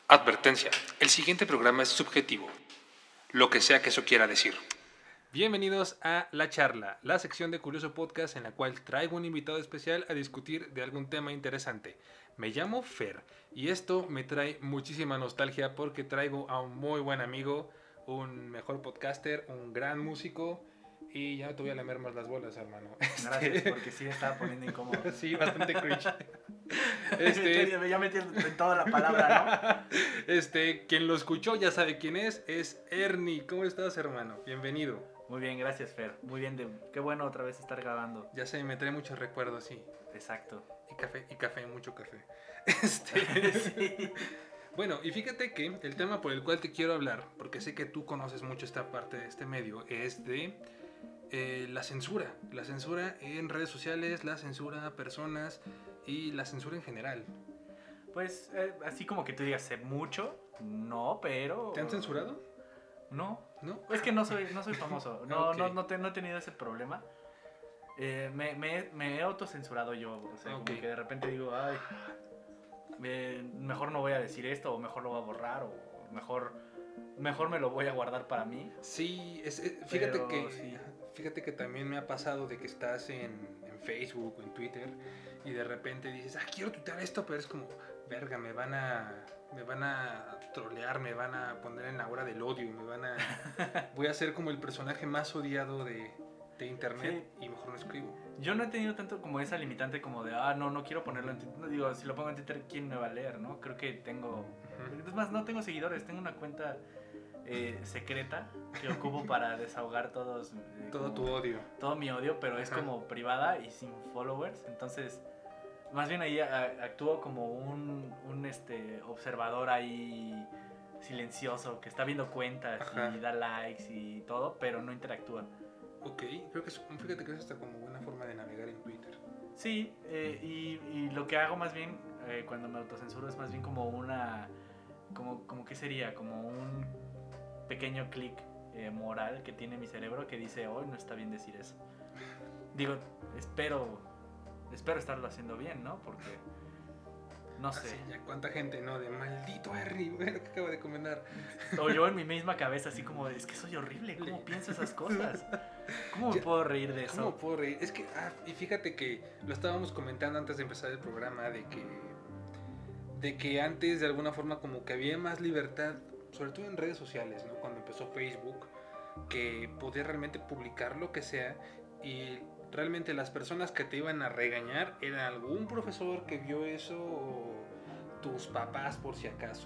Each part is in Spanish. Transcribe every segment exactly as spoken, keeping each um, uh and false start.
Advertencia, el siguiente programa es subjetivo, lo que sea que eso quiera decir. Bienvenidos a La Charla, la sección de Curioso Podcast en la cual traigo un invitado especial a discutir de algún tema interesante. Me llamo Fer y esto me trae muchísima nostalgia porque traigo a un muy buen amigo, un mejor podcaster, un gran músico y ya no te voy a lamer más las bolas, hermano. Gracias, porque sí me estaba poniendo incómodo. Sí, bastante cringe. Este, ya metí en toda la palabra, ¿no? Este, quien lo escuchó ya sabe quién es, es Ernie. ¿Cómo estás, hermano? Bienvenido. Muy bien, gracias, Fer. Muy bien, de... qué bueno otra vez estar grabando. Ya sé, me trae muchos recuerdos, sí. Exacto. Y café, y café, mucho café. Este, sí. Bueno, y fíjate que el tema por el cual te quiero hablar, porque sé que tú conoces mucho esta parte de este medio, es de eh, la censura. La censura en redes sociales, la censura a personas y la censura en general. Pues, eh, así como que tú digas, sé mucho, no, pero... ¿Te han censurado? No. ¿No? Es que no soy, no soy famoso. No, Okay. no, no, te, no he tenido ese problema. Eh, me, me, me he autocensurado yo. O sea, Okay. como que de repente digo, ay, eh, mejor no voy a decir esto, o mejor lo voy a borrar, o mejor, mejor me lo voy a guardar para mí. Sí, es, es, fíjate Pero, que sí. fíjate que también me ha pasado de que estás en, en Facebook o en Twitter y de repente dices, ah, quiero tuitear esto, pero es como, verga, me van a me van a trolear, me van a poner en la hora del odio, me van a voy a ser como el personaje más odiado de, de internet, sí. Y mejor no escribo. Yo no he tenido tanto como esa limitante como de, ah, no, no quiero ponerlo en Twitter. No, digo, si lo pongo en Twitter, ¿quién me va a leer, no? Creo que tengo... Uh-huh. Es más, no tengo seguidores, tengo una cuenta eh, secreta que ocupo para desahogar todos... Eh, todo como, tu odio. Todo mi odio, pero es uh-huh. como privada y sin followers, entonces... Más bien ahí a, actúo como un, un este, observador ahí silencioso que está viendo cuentas. Ajá. Y da likes y todo, pero no interactúa. Ok, creo que es, fíjate que es hasta como buena forma de navegar en Twitter. Sí, eh, y, y lo que hago más bien eh, cuando me autocensuro es más bien como una, como, como ¿qué sería? Como un pequeño clic eh, moral que tiene mi cerebro que dice, hoy oh, no está bien decir eso. Digo, espero... Espero estarlo haciendo bien, ¿no? Porque, no sé. Así, ya cuánta gente, ¿no? De maldito Harry, bueno, que acaba de comentar. O yo en mi misma cabeza así como, es que soy horrible, ¿cómo pienso esas cosas? ¿Cómo me ya, puedo reír de eso? ¿Cómo puedo reír? Es que, ah, y fíjate que lo estábamos comentando antes de empezar el programa, de que, de que antes de alguna forma como que había más libertad, sobre todo en redes sociales, ¿no? Cuando empezó Facebook, que podías realmente publicar lo que sea y... Realmente las personas que te iban a regañar eran algún profesor que vio eso o tus papás por si acaso.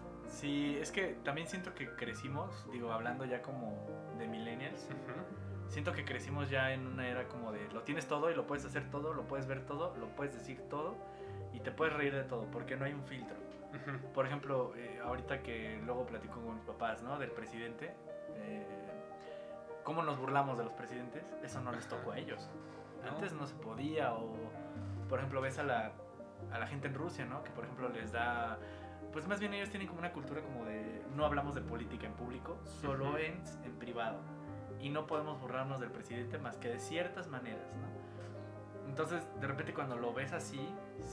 Sí, es que también siento que crecimos, digo, hablando ya como de millennials, uh-huh. Siento que crecimos ya en una era como de lo tienes todo y lo puedes hacer todo, lo puedes ver todo, lo puedes decir todo y te puedes reír de todo porque no hay un filtro. Uh-huh. Por ejemplo, eh, ahorita que luego platico con mis papás, ¿no? Del presidente. Eh, ¿Cómo nos burlamos de los presidentes? Eso no les tocó a ellos. ¿No? Antes no se podía. O, por ejemplo, ves a la, a la gente en Rusia, ¿no? Que, por ejemplo, les da... Pues más bien ellos tienen como una cultura como de... No hablamos de política en público, solo uh-huh. en, en privado. Y no podemos burlarnos del presidente más que de ciertas maneras, ¿no? Entonces, de repente cuando lo ves así,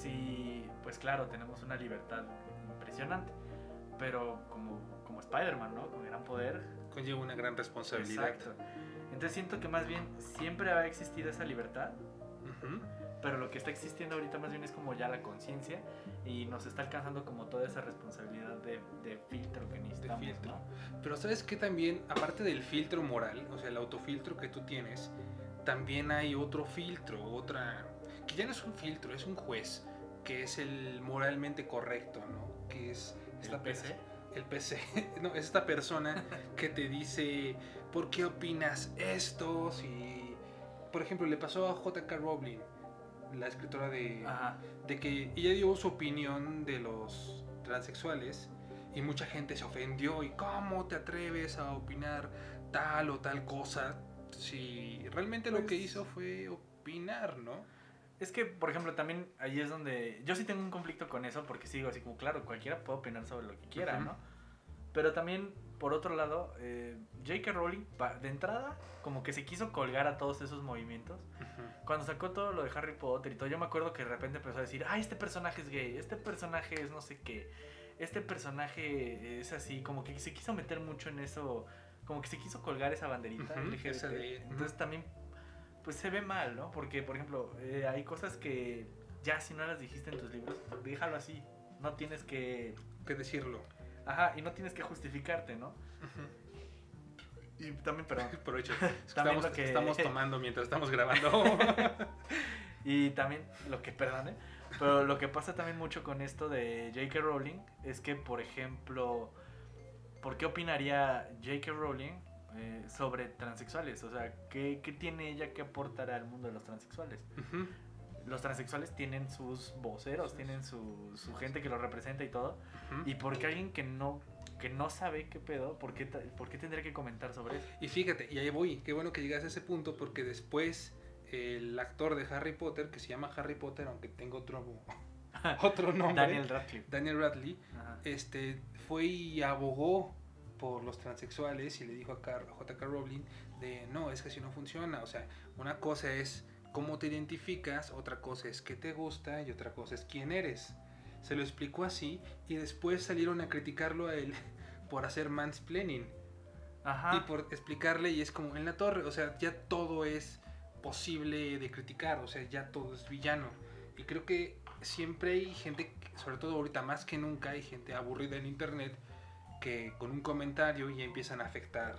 sí, pues claro, tenemos una libertad impresionante. Pero como, como Spider-Man, ¿no? Con gran poder... Conlleva una gran responsabilidad. Exacto. Entonces siento que más bien siempre ha existido esa libertad, uh-huh. Pero lo que está existiendo ahorita más bien es como ya la conciencia y nos está alcanzando como toda esa responsabilidad de, de filtro que necesitamos, de filtro. ¿no? Pero sabes que también, aparte del filtro moral, o sea, el autofiltro que tú tienes, también hay otro filtro, otra, que ya no es un filtro, es un juez, que es el moralmente correcto, ¿no? Que es esta ¿El P C? El P C, no, es esta persona que te dice, ¿por qué opinas esto? Si, por ejemplo, le pasó a J K Rowling, la escritora de, de que ella dio su opinión de los transexuales y mucha gente se ofendió y ¿cómo te atreves a opinar tal o tal cosa? Si realmente pues, lo que hizo fue opinar, ¿no? Es que, por ejemplo, también ahí es donde... Yo sí tengo un conflicto con eso porque sigo así como, claro, cualquiera puede opinar sobre lo que quiera, uh-huh. ¿no? Pero también, por otro lado, eh, J K Rowling, de entrada, como que se quiso colgar a todos esos movimientos. Uh-huh. Cuando sacó todo lo de Harry Potter y todo, yo me acuerdo que de repente empezó a decir, ah, este personaje es gay, este personaje es no sé qué. este personaje es así, como que se quiso meter mucho en eso, como que se quiso colgar esa banderita uh-huh, L G B T. esa de, uh-huh. Entonces también, pues se ve mal, ¿no? Porque, por ejemplo, eh, hay cosas que ya si no las dijiste en tus libros, déjalo así. No tienes que... que decirlo. Ajá, y no tienes que justificarte, ¿no? Uh-huh. Y también, perdón. Provecho. También estamos, lo que... estamos tomando mientras estamos grabando. Y también, lo que, perdone, pero lo que pasa también mucho con esto de J K. Rowling es que, por ejemplo, ¿por qué opinaría J K. Rowling eh, sobre transexuales? O sea, ¿qué, ¿qué tiene ella que aportar al mundo de los transexuales? Uh-huh. Los transexuales tienen sus voceros, tienen su, su gente que los representa y todo. Uh-huh. Y porque alguien que no, que no sabe qué pedo, ¿por qué, ¿por qué tendría que comentar sobre eso? Y fíjate, y ahí voy, qué bueno que llegas a ese punto, porque después el actor de Harry Potter, que se llama Harry Potter, aunque tengo otro, otro nombre, Daniel Radcliffe, Daniel Radcliffe este, fue y abogó por los transexuales y le dijo a J K. Rowling de no, es que si no funciona, o sea, una cosa es cómo te identificas, otra cosa es qué te gusta y otra cosa es quién eres. Se lo explicó así y después salieron a criticarlo a él por hacer mansplaining. Ajá. Y por explicarle, y es como en la torre, o sea, ya todo es posible de criticar, o sea, ya todo es villano. Y creo que siempre hay gente, sobre todo ahorita más que nunca, hay gente aburrida en internet que con un comentario ya empiezan a afectar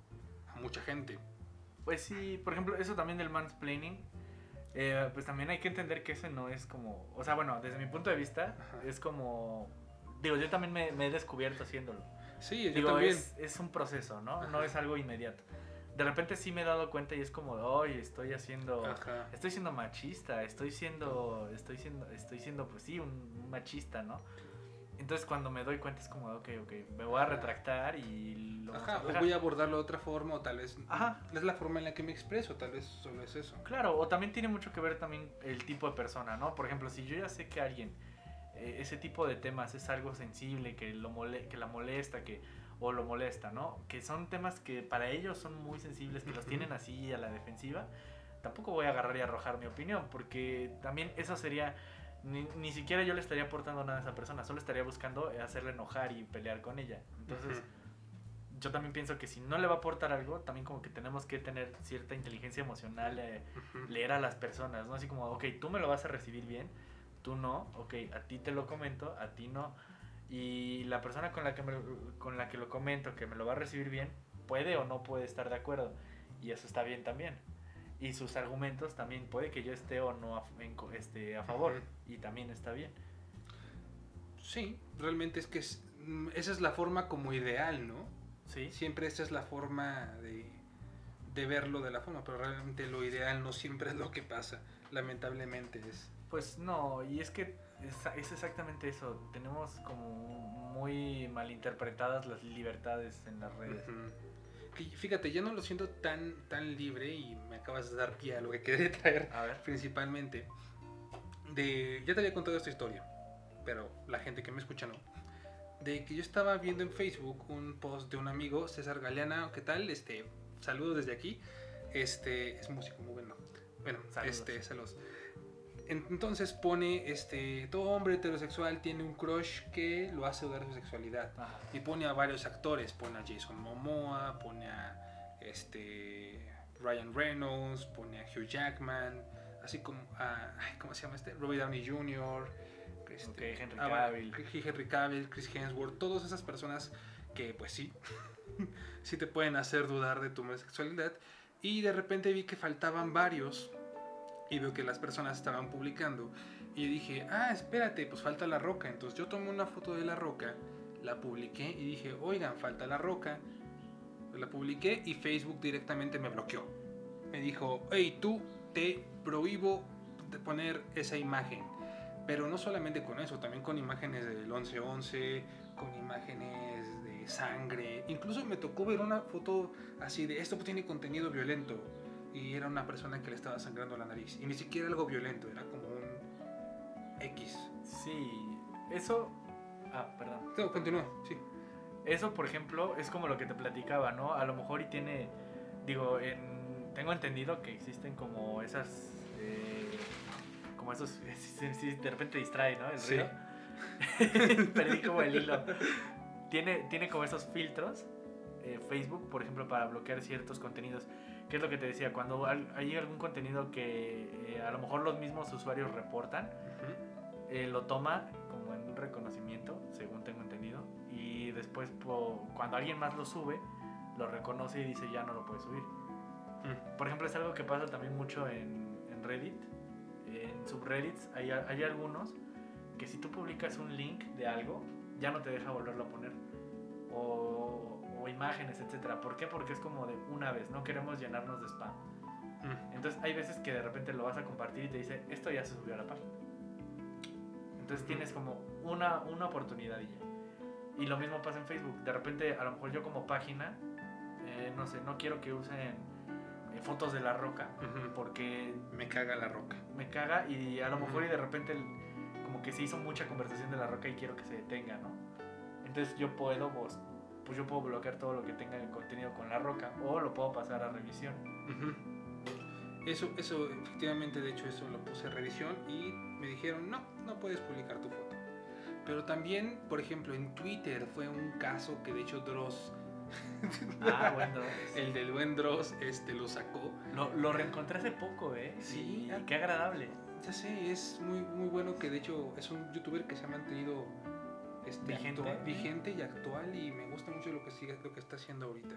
a mucha gente. Pues sí, por ejemplo, eso también del mansplaining, eh, pues también hay que entender que eso no es como, o sea, bueno, desde mi punto de vista, ajá, es como, digo, yo también me, me he descubierto haciéndolo. Sí, yo digo, también. Es, es un proceso, ¿no? Ajá. No es algo inmediato. De repente sí me he dado cuenta y es como, oye, estoy haciendo, ajá, estoy siendo machista, estoy siendo, estoy siendo, estoy siendo, pues sí, un machista, ¿no? Entonces cuando me doy cuenta es como, ok, ok, me voy a retractar y lo ajá, o voy a abordarlo de otra forma, o tal vez, ajá, es la forma en la que me expreso, tal vez solo es eso. Claro, o también tiene mucho que ver también el tipo de persona, ¿no? Por ejemplo, si yo ya sé que alguien, eh, ese tipo de temas es algo sensible, que, lo mole, que la molesta, que... o lo molesta, ¿no? Que son temas que para ellos son muy sensibles, que los tienen así a la defensiva. Tampoco voy a agarrar y arrojar mi opinión, porque también eso sería... Ni, ni siquiera yo le estaría aportando nada a esa persona, solo estaría buscando hacerle enojar y pelear con ella. Entonces, uh-huh, yo también pienso que si no le va a aportar algo, también como que tenemos que tener cierta inteligencia emocional, eh, uh-huh, leer a las personas, ¿no? Así como, ok, tú me lo vas a recibir bien, tú no, ok, a ti te lo comento, a ti no. Y la persona con la que me, con la que lo comento, que me lo va a recibir bien, puede o no puede estar de acuerdo. Y eso está bien también. Y sus argumentos también puede que yo esté o no a, en, este, a favor. Uh-huh. Y también está bien. Sí, realmente es que es, esa es la forma como ideal, ¿no? Sí. Siempre esa es la forma de, de verlo de la forma, pero realmente lo ideal no siempre es lo que pasa. Lamentablemente es... Pues no, y es que es, es exactamente eso. Tenemos como muy malinterpretadas las libertades en las redes. Uh-huh. Fíjate, yo no lo siento tan, tan libre y me acabas de dar pie a lo que quería traer. A ver. Principalmente. De, ya te había contado esta historia, pero la gente que me escucha no. De que yo estaba viendo en Facebook un post de un amigo, César Galeana, ¿qué tal? Este, saludos desde aquí. Este, es músico muy bueno. Bueno, saludos. este, saludos. Entonces pone, este, todo hombre heterosexual tiene un crush que lo hace dudar de su sexualidad. Ajá. Y pone a varios actores, pone a Jason Momoa, pone a este, Ryan Reynolds, pone a Hugh Jackman, así como a, ¿cómo se llama este? Robert Downey junior, este, okay, Henry Cavill. Ah, Henry Cavill, Chris Hemsworth, todas esas personas que pues sí, sí te pueden hacer dudar de tu sexualidad. Y de repente vi que faltaban varios. Y veo que las personas estaban publicando. Y dije, ah, espérate, pues falta La Roca. Entonces yo tomé una foto de La Roca, la publiqué y dije, oigan, falta La Roca. La publiqué y Facebook directamente me bloqueó. Me dijo, hey, tú te prohíbo de poner esa imagen. Pero no solamente con eso, también con imágenes del once once, con imágenes de sangre. Incluso me tocó ver una foto así de, esto tiene contenido violento. Y era una persona que le estaba sangrando la nariz. Y ni siquiera algo violento, era como un X. Sí, eso... Ah, perdón. No, continúa, sí. Eso, por ejemplo, es como lo que te platicaba, ¿no? A lo mejor y tiene... Digo, en, tengo entendido que existen como esas... Eh, como esos... Si de repente distrae, ¿no? El sí. ruido. Perdí como el hilo. Tiene, tiene como esos filtros, eh, Facebook, por ejemplo, para bloquear ciertos contenidos. ¿Qué es lo que te decía? Cuando hay algún contenido que eh, a lo mejor los mismos usuarios reportan, uh-huh. eh, lo toma como en un reconocimiento, según tengo entendido, y después po, cuando alguien más lo sube, lo reconoce y dice ya no lo puedes subir. Uh-huh. Por ejemplo, es algo que pasa también mucho en, en Reddit. En subreddits hay, hay algunos que si tú publicas un link de algo, ya no te deja volverlo a poner. O... o imágenes, etcétera. ¿Por qué? Porque es como de una vez, no queremos llenarnos de spam. Mm. Entonces hay veces que de repente lo vas a compartir y te dice, esto ya se subió a la página. Entonces mm. tienes como una, una oportunidad y ya. Y lo mismo pasa en Facebook. De repente, a lo mejor yo como página, eh, no sé, no quiero que usen eh, fotos de La Roca, uh-huh. porque... Me caga La Roca. Me caga y a lo mejor uh-huh. y de repente el, como que se hizo mucha conversación de La Roca y quiero que se detenga, ¿no? Entonces yo puedo... Vos, pues yo puedo bloquear todo lo que tenga en contenido con La Roca o lo puedo pasar a revisión. Uh-huh. Eso, eso, efectivamente, de hecho, eso lo puse a revisión y me dijeron, no, no puedes publicar tu foto. Pero también, por ejemplo, en Twitter fue un caso que de hecho Dross, ah, buen Dross. el del buen Dross, este, lo sacó. Lo, lo reencontré hace poco, ¿eh? Sí. Y, y qué agradable. Ya sé, es muy, muy bueno que de hecho es un youtuber que se ha mantenido... Este, vigente. Actual, vigente y actual y me gusta mucho lo que sigue, lo que está haciendo ahorita.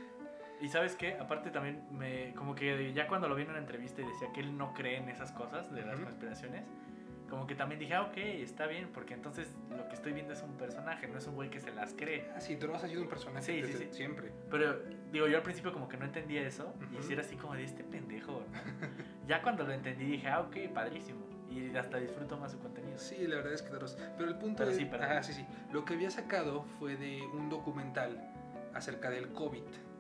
Y ¿sabes qué? Aparte también me como que ya cuando lo vi en una entrevista y decía que él no cree en esas cosas de las uh-huh. conspiraciones, como que también dije, ah, ok, está bien, porque entonces lo que estoy viendo es un personaje, no es un güey que se las cree. Ah, sí, Dross ha sido un personaje sí, desde sí, sí. siempre. Pero digo, yo al principio como que no entendía eso uh-huh. y si era así como de este pendejo, ¿no? Ya cuando lo entendí dije, ah, ok, padrísimo. Y hasta disfruto más su contenido. Sí, la verdad es que Dross. Pero el punto Pero es... Sí, ajá, sí, sí. Lo que había sacado fue de un documental acerca del COVID.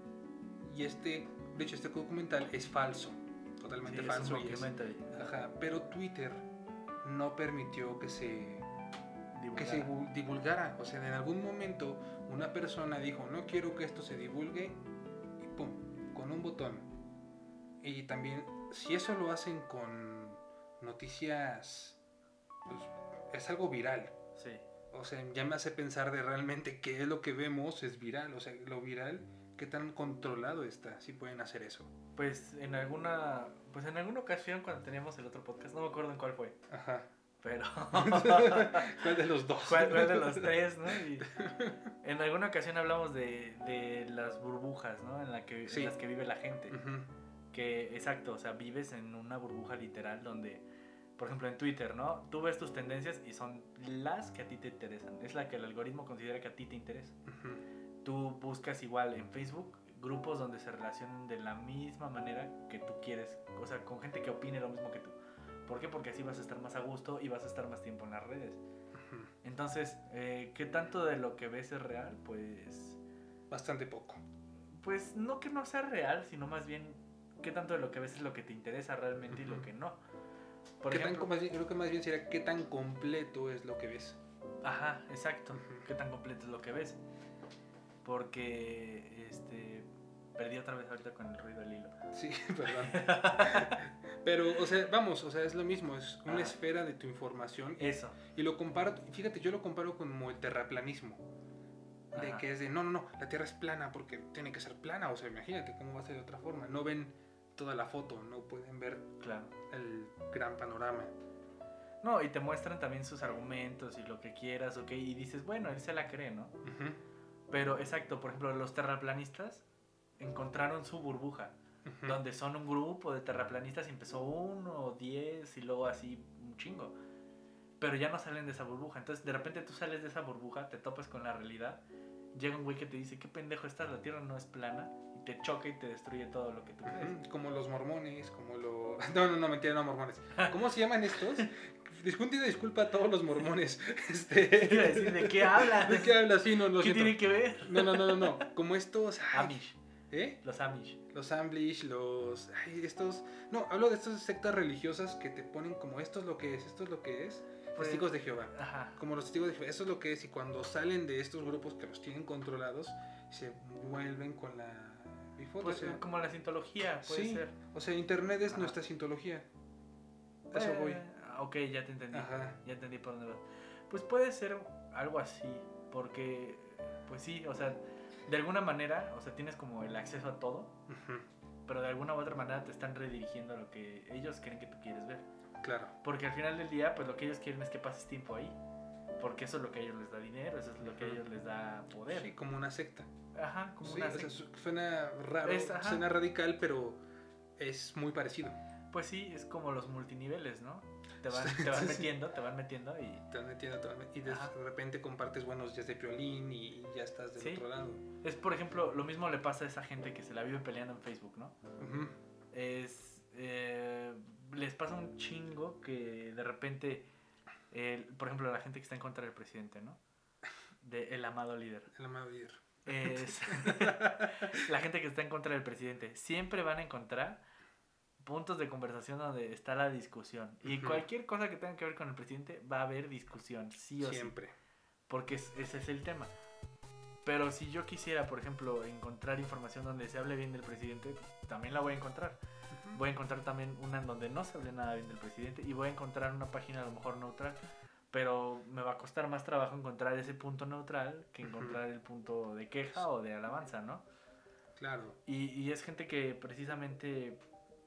Y este... De hecho, este documental es falso. Totalmente sí, falso. Es un documental. Es, ajá, pero Twitter no permitió que se... Divulgara. Que se divulgara. O sea, en algún momento una persona dijo, no quiero que esto se divulgue. Y pum, con un botón. Y también, si eso lo hacen con... noticias, pues, es algo viral. Sí. O sea, ya me hace pensar de realmente qué es lo que vemos es viral. O sea, lo viral, qué tan controlado está, si pueden hacer eso. Pues en alguna, pues en alguna ocasión cuando teníamos el otro podcast, no me acuerdo en cuál fue. Ajá. Pero ¿cuál de los dos? ¿Cuál, cuál de los tres, no? Y en alguna ocasión hablamos de, de las burbujas, ¿no? En, la que, sí. en las que vive la gente. Uh-huh. Que, exacto, o sea, vives en una burbuja literal donde, por ejemplo, en Twitter, ¿no? Tú ves tus tendencias y son las que a ti te interesan. Es la que el algoritmo considera que a ti te interesa. Uh-huh. Tú buscas igual en Facebook grupos donde se relacionen de la misma manera que tú quieres. O sea, con gente que opine lo mismo que tú. ¿Por qué? Porque así vas a estar más a gusto y vas a estar más tiempo en las redes. Uh-huh. Entonces, eh, ¿qué tanto de lo que ves es real? Pues... bastante poco. Pues no que no sea real, sino más bien... ¿qué tanto de lo que ves es lo que te interesa realmente uh-huh. y lo que no? Por ¿Qué ejemplo, tan, más bien, creo que más bien sería qué tan completo es lo que ves. Ajá, exacto. Uh-huh. ¿Qué tan completo es lo que ves? Porque, este... perdí otra vez ahorita con el ruido del hilo. Sí, perdón. Pero, o sea, vamos, o sea, es lo mismo. Es una ah. esfera de tu información. Eso. Y lo comparo, fíjate, yo lo comparo como el terraplanismo. De Ajá. que es de, no, no, no, la Tierra es plana porque tiene que ser plana. O sea, imagínate cómo va a ser de otra forma. No ven toda la foto, no pueden ver claro. el gran panorama. No, y te muestran también sus argumentos y lo que quieras, ok, y dices, bueno, él se la cree, ¿no? Uh-huh. Pero, exacto, por ejemplo, los terraplanistas encontraron su burbuja, uh-huh. donde son un grupo de terraplanistas y empezó uno, diez y luego así un chingo. Pero ya no salen de esa burbuja. Entonces, de repente tú sales de esa burbuja, te topas con la realidad, llega un güey que te dice, qué pendejo estás, la Tierra no es plana, y te choca y te destruye todo lo que tú crees. Uh-huh. Como los mormones, como los... No, no, no, mentira, no mormones. ¿Cómo se llaman estos? Disculpa, disculpa a todos los mormones. Este... Iba a decir, ¿de qué hablas? ¿De qué hablas? Sí, no, lo ¿Qué siento. tiene que ver? No, no, no, no, no. Como estos... Ay, Amish. ¿Eh? Los Amish. Los Amish, los... Ay, estos... No, hablo de estas sectas religiosas que te ponen como esto es lo que es, esto es lo que es. Pues, testigos de Jehová. Ajá. Como los testigos de Jehová. Eso es lo que es. Y cuando salen de estos grupos que los tienen controlados, se vuelven con la... Before, pues, o sea, como la cientología, puede sí, ser. O sea, internet es Ajá. nuestra cientología. A Eh, eso voy. Ok, ya te entendí. Ajá. Ya entendí por dónde vas. Pues puede ser algo así, porque, pues sí, o sea, de alguna manera, o sea, tienes como el acceso a todo, uh-huh. pero de alguna u otra manera te están redirigiendo a lo que ellos creen que tú quieres ver. Claro. Porque al final del día, pues lo que ellos quieren es que pases tiempo ahí, porque eso es lo que a ellos les da dinero, eso es lo que a ellos les da poder. Sí, como una secta. Ajá, como sí, una secta. O sea, suena raro, es, suena radical, pero es muy parecido. Pues sí, es como los multiniveles, ¿no? Te van, te van metiendo, te van metiendo y... Te van metiendo, te van metiendo, y de, de repente compartes buenos días de violín y ya estás del ¿sí? otro lado. Es, por ejemplo, lo mismo le pasa a esa gente que se la vive peleando en Facebook, ¿no? Uh-huh. Es... Eh, les pasa un chingo que de repente, eh, por ejemplo, la gente que está en contra del presidente, ¿no? De el amado líder. El amado líder. Es la gente que está en contra del presidente. Siempre van a encontrar puntos de conversación donde está la discusión. Y uh-huh. cualquier cosa que tenga que ver con el presidente va a haber discusión, sí o Siempre. sí. Porque es, ese es el tema. Pero si yo quisiera, por ejemplo, encontrar información donde se hable bien del presidente, también la voy a encontrar. Uh-huh. Voy a encontrar también una en donde no se hable nada bien del presidente y voy a encontrar una página a lo mejor neutral. Pero me va a costar más trabajo encontrar ese punto neutral que encontrar uh-huh. el punto de queja o de alabanza, ¿no? Claro. Y, y es gente que precisamente...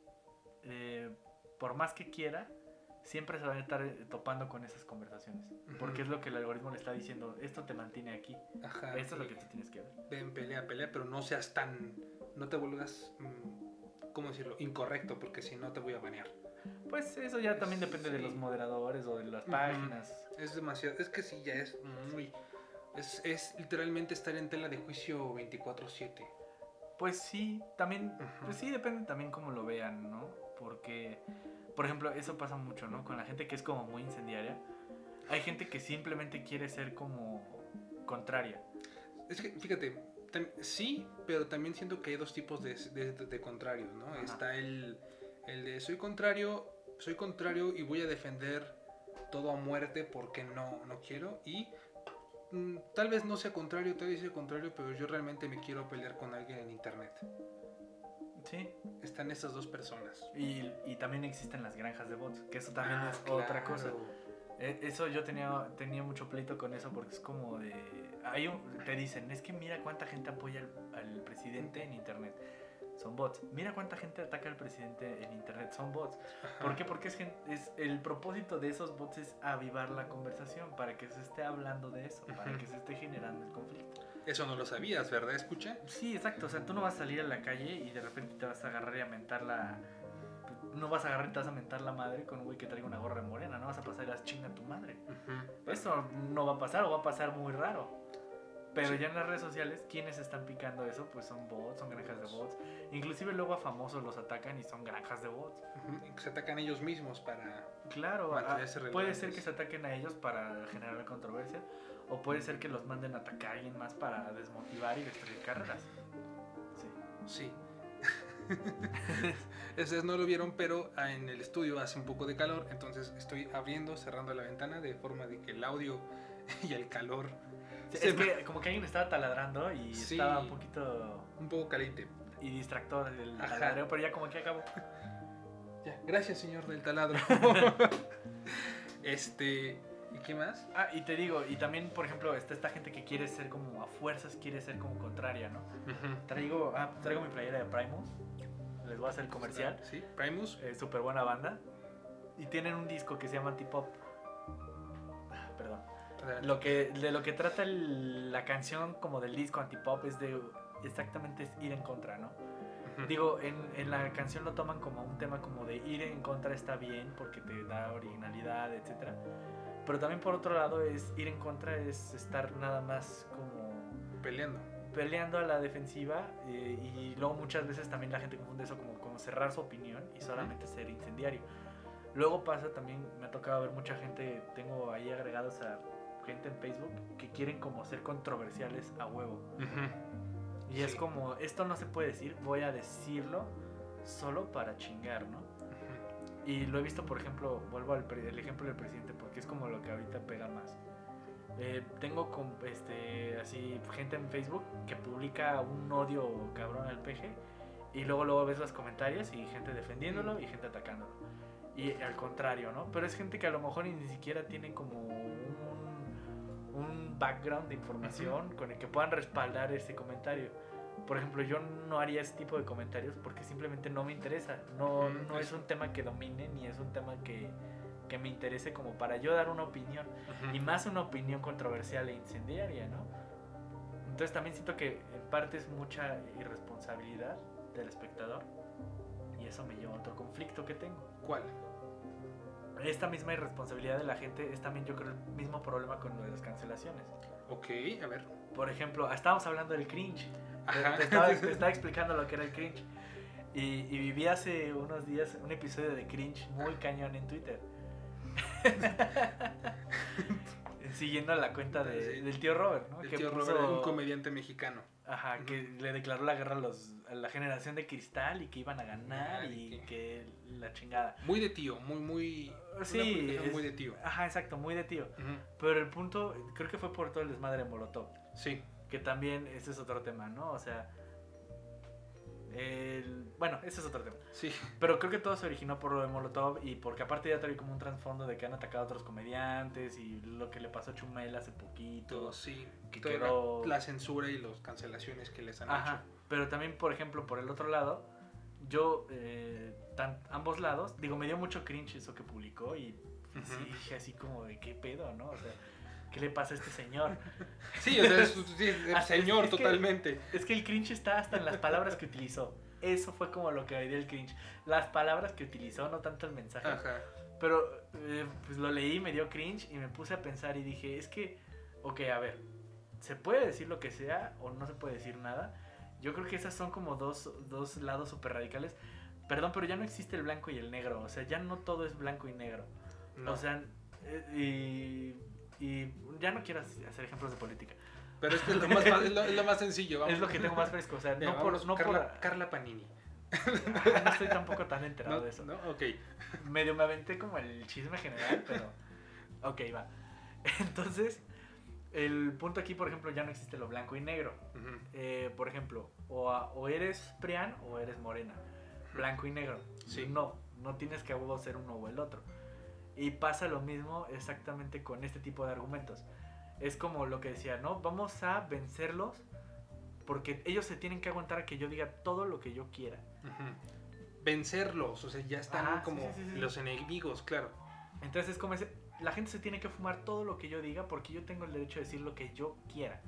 Eh, por más que quiera, siempre se va a estar topando con esas conversaciones. Uh-huh. Porque es lo que el algoritmo le está diciendo. Esto te mantiene aquí. Ajá, esto es lo que tú tienes que ver. Ven, pelea, pelea, pero no seas tan... No te vuelvas... ¿Cómo decirlo? Incorrecto, porque si no te voy a banear. Pues eso ya también depende sí. de los moderadores o de las uh-huh. páginas. Es demasiado... Es que sí, ya es muy... Es, es literalmente estar en tela de juicio veinticuatro siete. Pues sí, también... Uh-huh. Pues sí, depende también cómo lo vean, ¿no? Porque, por ejemplo, eso pasa mucho, ¿no? Con la gente que es como muy incendiaria. Hay gente que simplemente quiere ser como contraria. Es que, fíjate, tam- sí, pero también siento que hay dos tipos de, de, de, de contrarios, ¿no? Ajá. Está el, el de soy contrario, soy contrario y voy a defender todo a muerte porque no, no quiero. Y mm, tal vez no sea contrario, tal vez sea contrario, pero yo realmente me quiero pelear con alguien en internet. Sí. Están esas dos personas. Y, y también existen las granjas de bots, que eso también ah, es claro. otra cosa. Eh, eso yo tenía, tenía mucho pleito con eso porque es como de... Hay un, te dicen, es que mira cuánta gente apoya al, al presidente en internet. Son bots. Mira cuánta gente ataca al presidente en internet. Son bots. Ajá. ¿Por qué? Porque es, gente, es el propósito de esos bots es avivar la conversación para que se esté hablando de eso, para que se esté generando el conflicto. Eso no lo sabías, ¿verdad? ¿Escucha? Sí, exacto. O sea, tú no vas a salir a la calle y de repente te vas a agarrar y a mentar la... No vas a agarrar y te vas a mentar la madre con un güey que traiga una gorra morena. No vas a pasar y las chinga a tu madre. Uh-huh. Eso no va a pasar o va a pasar muy raro. Pero sí. Ya en las redes sociales, ¿quiénes están picando eso? Pues son bots, son granjas de bots. Inclusive luego a famosos los atacan y son granjas de bots. Uh-huh. Se atacan ellos mismos para... Claro, a, puede ser que se ataquen a ellos para generar controversia. O puede ser que los manden a atacar a alguien más para desmotivar y destruir carreras. Sí. Sí. Ustedes no lo vieron, pero en el estudio hace un poco de calor. Entonces estoy abriendo, cerrando la ventana de forma de que el audio y el calor... Sí, es que como que alguien estaba taladrando y sí, estaba un poquito... Un poco caliente. Y distractor del taladreo, pero ya como que acabó. Ya, gracias señor del taladro. este... ¿Y qué más? Ah, y te digo, y también, por ejemplo, está esta gente que quiere ser como a fuerzas, quiere ser como contraria, ¿no? Uh-huh. Traigo, ah, traigo mi playera de Primus. Les voy a hacer comercial. Sí, Primus. Eh, súper buena banda. Y tienen un disco que se llama Antipop. Perdón. Lo que, de lo que trata el, la canción como del disco Antipop es de exactamente es ir en contra, ¿no? Uh-huh. Digo, en, en la canción lo toman como un tema como de ir en contra está bien porque te da originalidad, etcétera. Pero también por otro lado es ir en contra es estar nada más como... Peleando. Peleando a la defensiva eh, y luego muchas veces también la gente confunde eso como, como cerrar su opinión y solamente uh-huh. ser incendiario. Luego pasa también, me ha tocado ver mucha gente, tengo ahí agregados a gente en Facebook que quieren como ser controversiales a huevo. Uh-huh. Y sí. Es como, esto no se puede decir, voy a decirlo solo para chingar, ¿no? Uh-huh. Y lo he visto, por ejemplo, vuelvo al pre- el ejemplo del presidente porque es como lo que ahorita pega más. Eh, tengo con, este, así gente en Facebook que publica un odio cabrón al P G y luego luego ves los comentarios y gente defendiéndolo y gente atacándolo y al contrario, ¿no? Pero es gente que a lo mejor ni siquiera tienen como un un background de información uh-huh. con el que puedan respaldar ese comentario. Por ejemplo, yo no haría ese tipo de comentarios porque simplemente no me interesa. No, uh-huh. no es un tema que domine ni es un tema que, que me interese como para yo dar una opinión. Uh-huh. Y más una opinión controversial e incendiaria, ¿no? Entonces también siento que en parte es mucha irresponsabilidad del espectador. Y eso me lleva a otro conflicto que tengo. ¿Cuál? Esta misma irresponsabilidad de la gente es también, yo creo, el mismo problema con lo de las cancelaciones. Ok, a ver. Por ejemplo, estábamos hablando del cringe. Te, te, estaba, te estaba explicando lo que era el cringe. Y, y viví hace unos días un episodio de cringe muy cañón en Twitter. Siguiendo la cuenta de, sí. del tío Robert, ¿no? El que tío puso, Robert, un comediante mexicano. Ajá, uh-huh. que le declaró la guerra a, los, a la generación de cristal y que iban a ganar y que... que la chingada. Muy de tío, muy, muy... Sí, es, muy de tío. Ajá, exacto, muy de tío. Uh-huh. Pero el punto, creo que fue por todo el desmadre de Molotov. Sí. Que también, ese es otro tema, ¿no? O sea... El, bueno, ese es otro tema. Sí. Pero creo que todo se originó por lo de Molotov y porque aparte ya trae como un trasfondo de que han atacado a otros comediantes y lo que le pasó a Chumel hace poquito. Todo, sí. Que Toda quedó... la, la censura y las cancelaciones que les han Ajá. hecho. Pero también, por ejemplo, por el otro lado, yo, eh, tan, ambos lados, digo, me dio mucho cringe eso que publicó y uh-huh. sí, dije así como de qué pedo, ¿no? O sea, ¿qué le pasa a este señor? Sí, o sea, es, sí, el señor es, es totalmente. Que, es que el cringe está hasta en las palabras que utilizó. Eso fue como lo que me dio el cringe. Las palabras que utilizó, no tanto el mensaje. Ajá. Pero eh, pues lo leí, me dio cringe y me puse a pensar y dije, es que, ok, a ver, ¿se puede decir lo que sea o no se puede decir nada? Yo creo que esas son como dos, dos lados súper radicales. Perdón, pero ya no existe el blanco y el negro. O sea, ya no todo es blanco y negro. No. O sea, y, y ya no quiero hacer ejemplos de política. Pero es que es lo más, es lo, es lo más sencillo. Vamos. Es lo que tengo más fresco. O sea, Bien, no por... No Carla, por... Carla Panini. Ah, no estoy tampoco tan enterado no, de eso. No, ok. Medio me aventé como el chisme general, pero... Ok, va. Entonces... El punto aquí, por ejemplo, ya no existe lo blanco y negro. Uh-huh. Eh, por ejemplo, o, a, o eres Prián o eres Morena. Blanco y negro. Sí. No, no tienes que ser uno o el otro. Y pasa lo mismo exactamente con este tipo de argumentos. Es como lo que decía, ¿no? Vamos a vencerlos porque ellos se tienen que aguantar a que yo diga todo lo que yo quiera. Uh-huh. Vencerlos, o sea, ya están ah, como sí, sí, sí, sí. los enemigos, claro. Entonces es como ese... La gente se tiene que fumar todo lo que yo diga porque yo tengo el derecho de decir lo que yo quiera.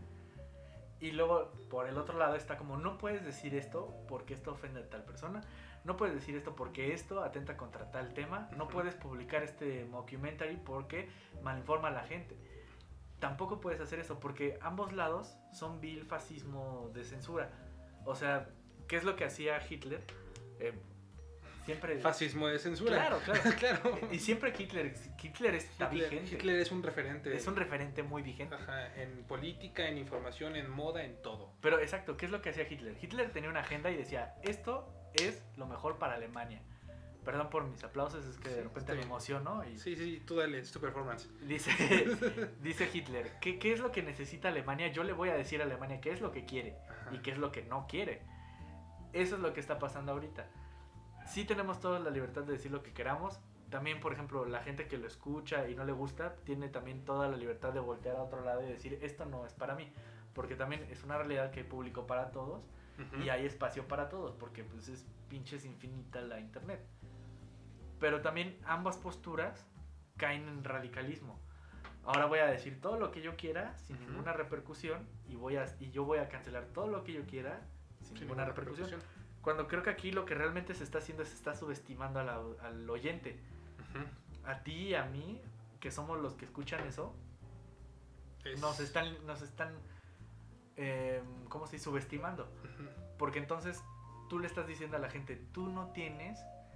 Y luego, por el otro lado, está como, no puedes decir esto porque esto ofende a tal persona. No puedes decir esto porque esto atenta contra tal tema. No puedes publicar este mockumentary porque malinforma a la gente. Tampoco puedes hacer eso porque ambos lados son vil fascismo de censura. O sea, ¿qué es lo que hacía Hitler? Eh, Siempre... Fascismo de censura. Claro, claro. claro. Y siempre Hitler, Hitler está Hitler, vigente. Hitler es un referente. Es un referente muy vigente. Ajá, en política, en información, en moda, en todo. Pero exacto, ¿qué es lo que hacía Hitler? Hitler tenía una agenda y decía, esto es lo mejor para Alemania. Perdón por mis aplausos, es que sí, de repente me emociono. Y sí, sí, tú dale, es tu performance. Dice, dice Hitler, ¿qué, ¿qué es lo que necesita Alemania? Yo le voy a decir a Alemania qué es lo que quiere. Ajá. Y qué es lo que no quiere. Eso es lo que está pasando ahorita. Sí tenemos toda la libertad de decir lo que queramos. También, por ejemplo, la gente que lo escucha y no le gusta, tiene también toda la libertad de voltear a otro lado y decir, esto no es para mí. Porque también es una realidad que hay público para todos uh-huh. y hay espacio para todos, porque pues es pinches infinita la internet. Pero también ambas posturas caen en radicalismo. Ahora voy a decir todo lo que yo quiera sin uh-huh. ninguna repercusión y, voy a, y yo voy a cancelar todo lo que yo quiera sin, sin ninguna repercusión. repercusión. Cuando creo que aquí lo que realmente se está haciendo es se está subestimando a la, al oyente. Uh-huh. A ti y a mí, que somos los que escuchan eso, es... nos están, nos están eh, ¿cómo se dice? Subestimando. Uh-huh. Porque entonces tú le estás diciendo a la gente, tú no tienes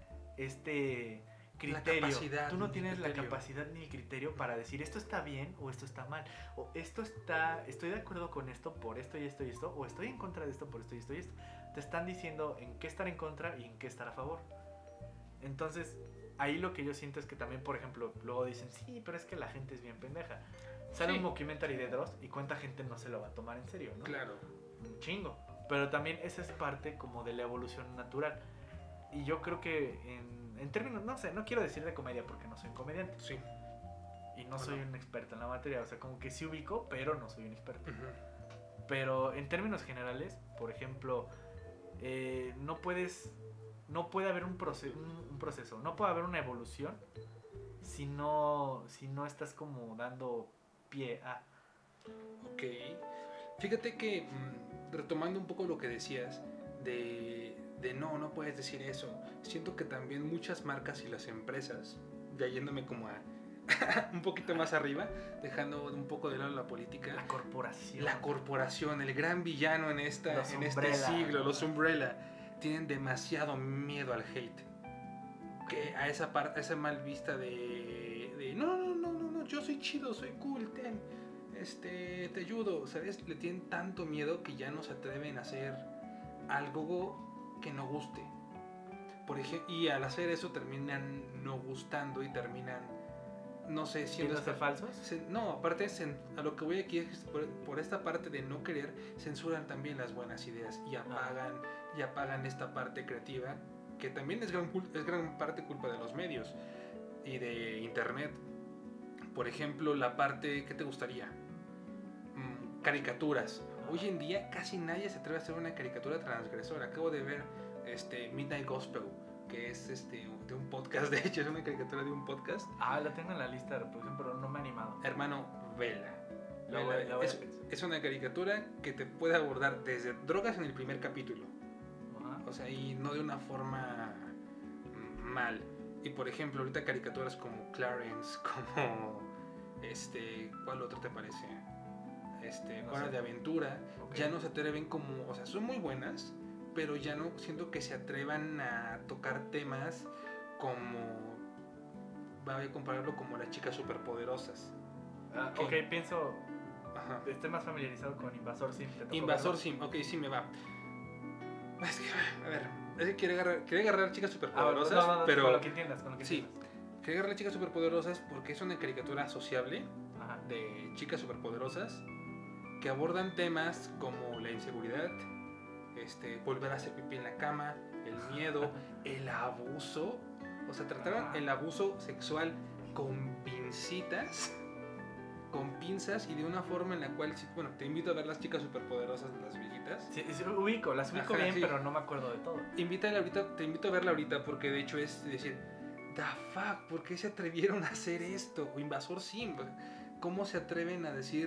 este criterio, tú no tienes la capacidad ni el criterio para decir esto está bien o esto está mal, o esto está, estoy de acuerdo con esto por esto y esto y esto, o estoy en contra de esto por esto y esto y esto. Te están diciendo en qué estar en contra y en qué estar a favor. Entonces, ahí lo que yo siento es que también, por ejemplo, luego dicen, sí, pero es que la gente es bien pendeja. Sale sí. un mockumentary de Dross y cuánta gente no se lo va a tomar en serio, ¿no? Claro. Un chingo. Pero también esa es parte como de la evolución natural. Y yo creo que en, en términos, no sé, no quiero decir de comedia porque no soy un comediante. Sí. y no soy un experto en la materia, o sea, como que sí ubico, pero no soy un experto. Uh-huh. Pero en términos generales, por ejemplo, eh, no puedes, no puede haber un, proce- un, un proceso, no puede haber una evolución si no, si no estás como dando pie a... Ok, fíjate que mmm, retomando un poco lo que decías de, de no, no puedes decir eso, siento que también muchas marcas y las empresas, ya yéndome como a un poquito más arriba, dejando un poco de lado la política, la corporación, la corporación, el gran villano en, esta, en este siglo, los Umbrella, tienen demasiado miedo al hate, que a esa parte, a esa mal vista de, de no, no, no, no, no, yo soy chido, soy cool, ten, este, te ayudo, ¿sabes? Le tienen tanto miedo que ya no se atreven a hacer algo que no guste. Por ejemplo, y al hacer eso terminan no gustando y terminan, no sé, siendo hasta falsos. Se, no, aparte a lo que voy aquí es que por, por esta parte de no querer censuran también las buenas ideas y apagan ah. y apagan esta parte creativa que también es gran, es gran parte culpa de los medios y de internet. Por ejemplo, la parte, ¿qué te gustaría? Mm, caricaturas. Hoy en día casi nadie se atreve a hacer una caricatura transgresora. Acabo de ver este Midnight Gospel, que es este de un podcast, de hecho es una caricatura de un podcast. Ah, la tengo en la lista de reproducción, pero no me he animado. Hermano, vela. La voy, la voy es, es una caricatura que te puede abordar desde drogas en el primer capítulo. Uh-huh. O sea, y no de una forma mal. Y por ejemplo, ahorita caricaturas como Clarence, como este, ¿cuál otro te parece? Este, no Hora sé. de Aventura, okay. Ya no se atreven como, o sea, son muy buenas, pero ya no siento que se atrevan a tocar temas como, voy a compararlo como las chicas superpoderosas. Ah, ok, pienso, ajá. Estoy más familiarizado con Invasor Sim. Invasor Sim, ok, sí me va. Es que, a ver, es que quiere agarrar, quiere agarrar chicas superpoderosas, ah, no, no, no, pero... Con lo que entiendas, con lo que sí, entiendas. Quiere agarrar chicas superpoderosas porque es una caricatura sociable, ajá, de chicas superpoderosas que abordan temas como la inseguridad, este, volver a hacer pipí en la cama, el miedo, el abuso. O sea, trataron ah. el abuso sexual con pincitas, con pinzas y de una forma en la cual, bueno, te invito a ver las chicas superpoderosas de las viejitas. Sí, sí, ubico, las ubico. Ajá, bien, sí. Pero no me acuerdo de todo. Invítala ahorita, te invito a verla ahorita porque de hecho es decir, the fuck, ¿por qué se atrevieron a hacer esto? O Invasor Sim, ¿cómo se atreven a decir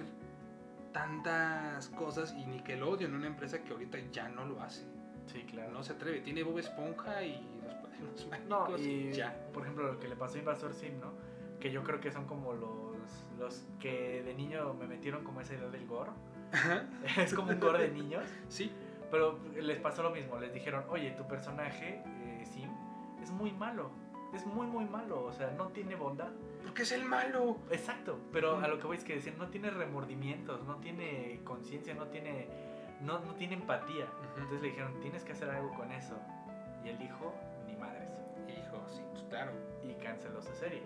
tantas cosas? Y Nickelodeon, una empresa que ahorita ya no lo hace. Sí, claro. No se atreve, tiene Bob Esponja y los Padrinos Mágicos no, y, y ya. Por ejemplo, lo que le pasó a Invasor Sim, ¿no? Que yo creo que son como los, los que de niño me metieron como esa idea del gore. Es como un gore de niños. Sí. Pero les pasó lo mismo, les dijeron, oye, tu personaje, eh, Sim, es muy malo. Es muy, muy malo, o sea, no tiene bondad. Porque es el malo. Exacto, pero mm. a lo que voy es que decir, no tiene remordimientos, no tiene conciencia, no tiene, no, no tiene empatía. Uh-huh. Entonces le dijeron, tienes que hacer algo con eso. Y él dijo, ni madres. Hijo, sí, pues claro. Y canceló su serie.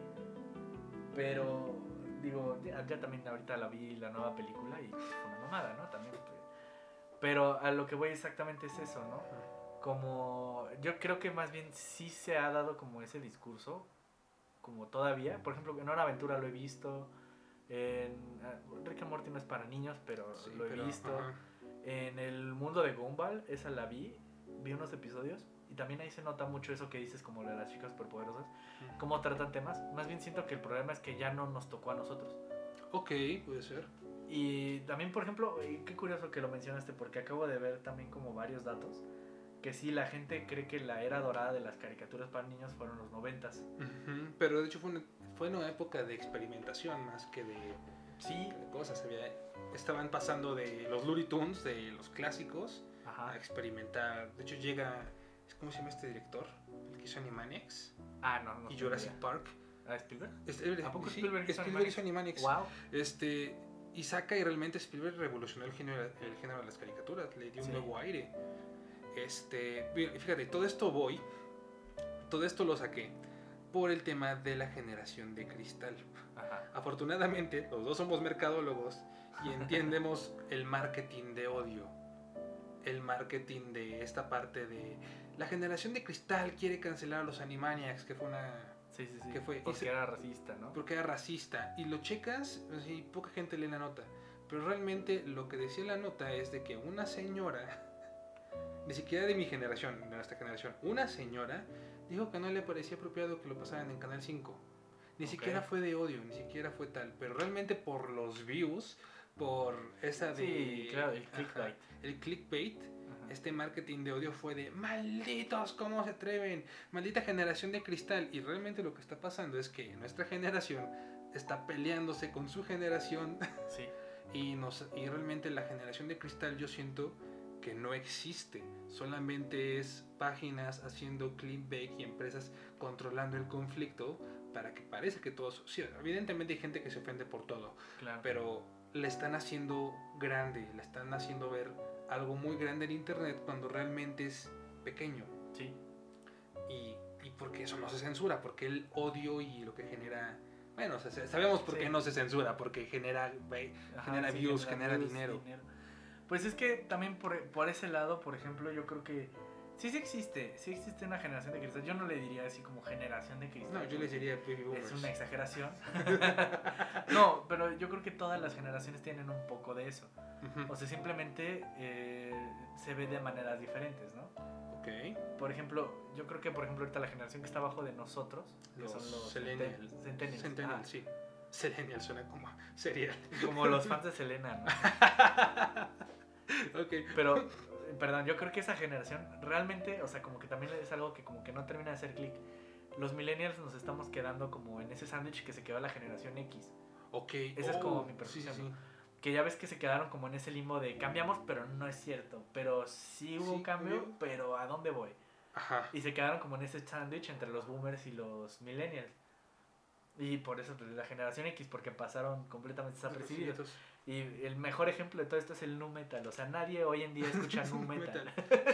Pero, digo, ya, ya también ahorita la vi la nueva película y fue una mamada, ¿no? También. Pero a lo que voy exactamente es eso, ¿no? Como, yo creo que más bien sí se ha dado como ese discurso, como todavía. Por ejemplo, en Hora Aventura lo he visto. En uh, Rick and Morty no es para niños, pero sí, lo he pero, visto. Ajá. En el mundo de Gumball, esa la vi. Vi unos episodios. Y también ahí se nota mucho eso que dices, como de las chicas superpoderosas. Uh-huh. Cómo tratan temas. Más bien siento que el problema es que ya no nos tocó a nosotros. Ok, puede ser. Y también, por ejemplo, qué curioso que lo mencionaste, porque acabo de ver también como varios datos. Que sí, la gente cree que la era dorada de las caricaturas para niños fueron los noventas. Uh-huh. Pero de hecho fue una, fue una época de experimentación más que de, sí. de cosas. Había, estaban pasando de los Looney Tunes, de los clásicos, ajá, a experimentar. De hecho llega, ¿cómo se llama este director? El que hizo Animaniacs. Ah, no, no. Y Jurassic Park. ¿Ah, Spielberg? Este, ¿A poco sí, Spielberg hizo Spielberg Animaniacs? hizo Animaniacs. Wow. Este, y saca y realmente Spielberg revolucionó el género, el género de las caricaturas. Le dio sí. un nuevo aire. Este, fíjate, todo esto voy, todo esto lo saqué por el tema de la generación de cristal. Ajá. Afortunadamente, los dos somos mercadólogos y entendemos el marketing de odio, el marketing de esta parte de la generación de cristal quiere cancelar a los Animaniacs, que fue una, Sí, sí, sí. Que fue, porque era racista, ¿no? Porque era racista. Y lo checas, y poca gente lee la nota. Pero realmente lo que decía la nota es de que una señora, ni siquiera de mi generación, de nuestra generación, una señora dijo que no le parecía apropiado que lo pasaran en Canal cinco. Ni okay. siquiera fue de odio, ni siquiera fue tal. Pero realmente por los views, por esa de... Sí, claro, el clickbait. Ajá, el clickbait. Este marketing de odio fue de malditos, ¿cómo se atreven? Maldita generación de cristal. Y realmente lo que está pasando es que nuestra generación está peleándose con su generación. Sí. y, nos, y realmente la generación de cristal yo siento que no existe. Solamente es páginas haciendo clickbait y empresas controlando el conflicto para que parece que todos... Sí, evidentemente hay gente que se ofende por todo. Claro. Pero le están haciendo grande, le están haciendo ver algo muy grande en internet cuando realmente es pequeño. Sí. Y, y porque eso no se censura, porque el odio y lo que genera... Bueno, sabemos por qué sí. no se censura, porque genera, Ajá, genera sí, views, genera, genera views, dinero. dinero. Pues es que también por, por ese lado, por ejemplo, yo creo que sí, sí existe, sí existe una generación de cristal. Yo no le diría así como generación de cristal. No, yo les diría baby boomers. Es una exageración. No, pero yo creo que todas las generaciones tienen un poco de eso. Uh-huh. O sea, simplemente eh, se ve de maneras diferentes, ¿no? Ok. Por ejemplo, yo creo que por ejemplo ahorita la generación que está abajo de nosotros, que los son los Centennials. Centennials. Centennials, ah. sí. Centennials suena como serial. Como los fans de Selena, ¿no? Ok. Pero, perdón, yo creo que esa generación realmente, o sea, como que también es algo que como que no termina de hacer clic. Los millennials nos estamos quedando como en ese sándwich que se quedó la generación X. Ok. Esa oh, es como mi percepción. Sí, sí. Que ya ves que se quedaron como en ese limbo de cambiamos, pero no es cierto. Pero sí hubo sí, un cambio, ¿cambio? Pero ¿a dónde voy? Ajá. Y se quedaron como en ese sándwich entre los boomers y los millennials. Y por eso pues, la generación X, porque pasaron completamente desapercibidos. Y el mejor ejemplo de todo esto es el nu metal. O sea, nadie hoy en día escucha nu metal.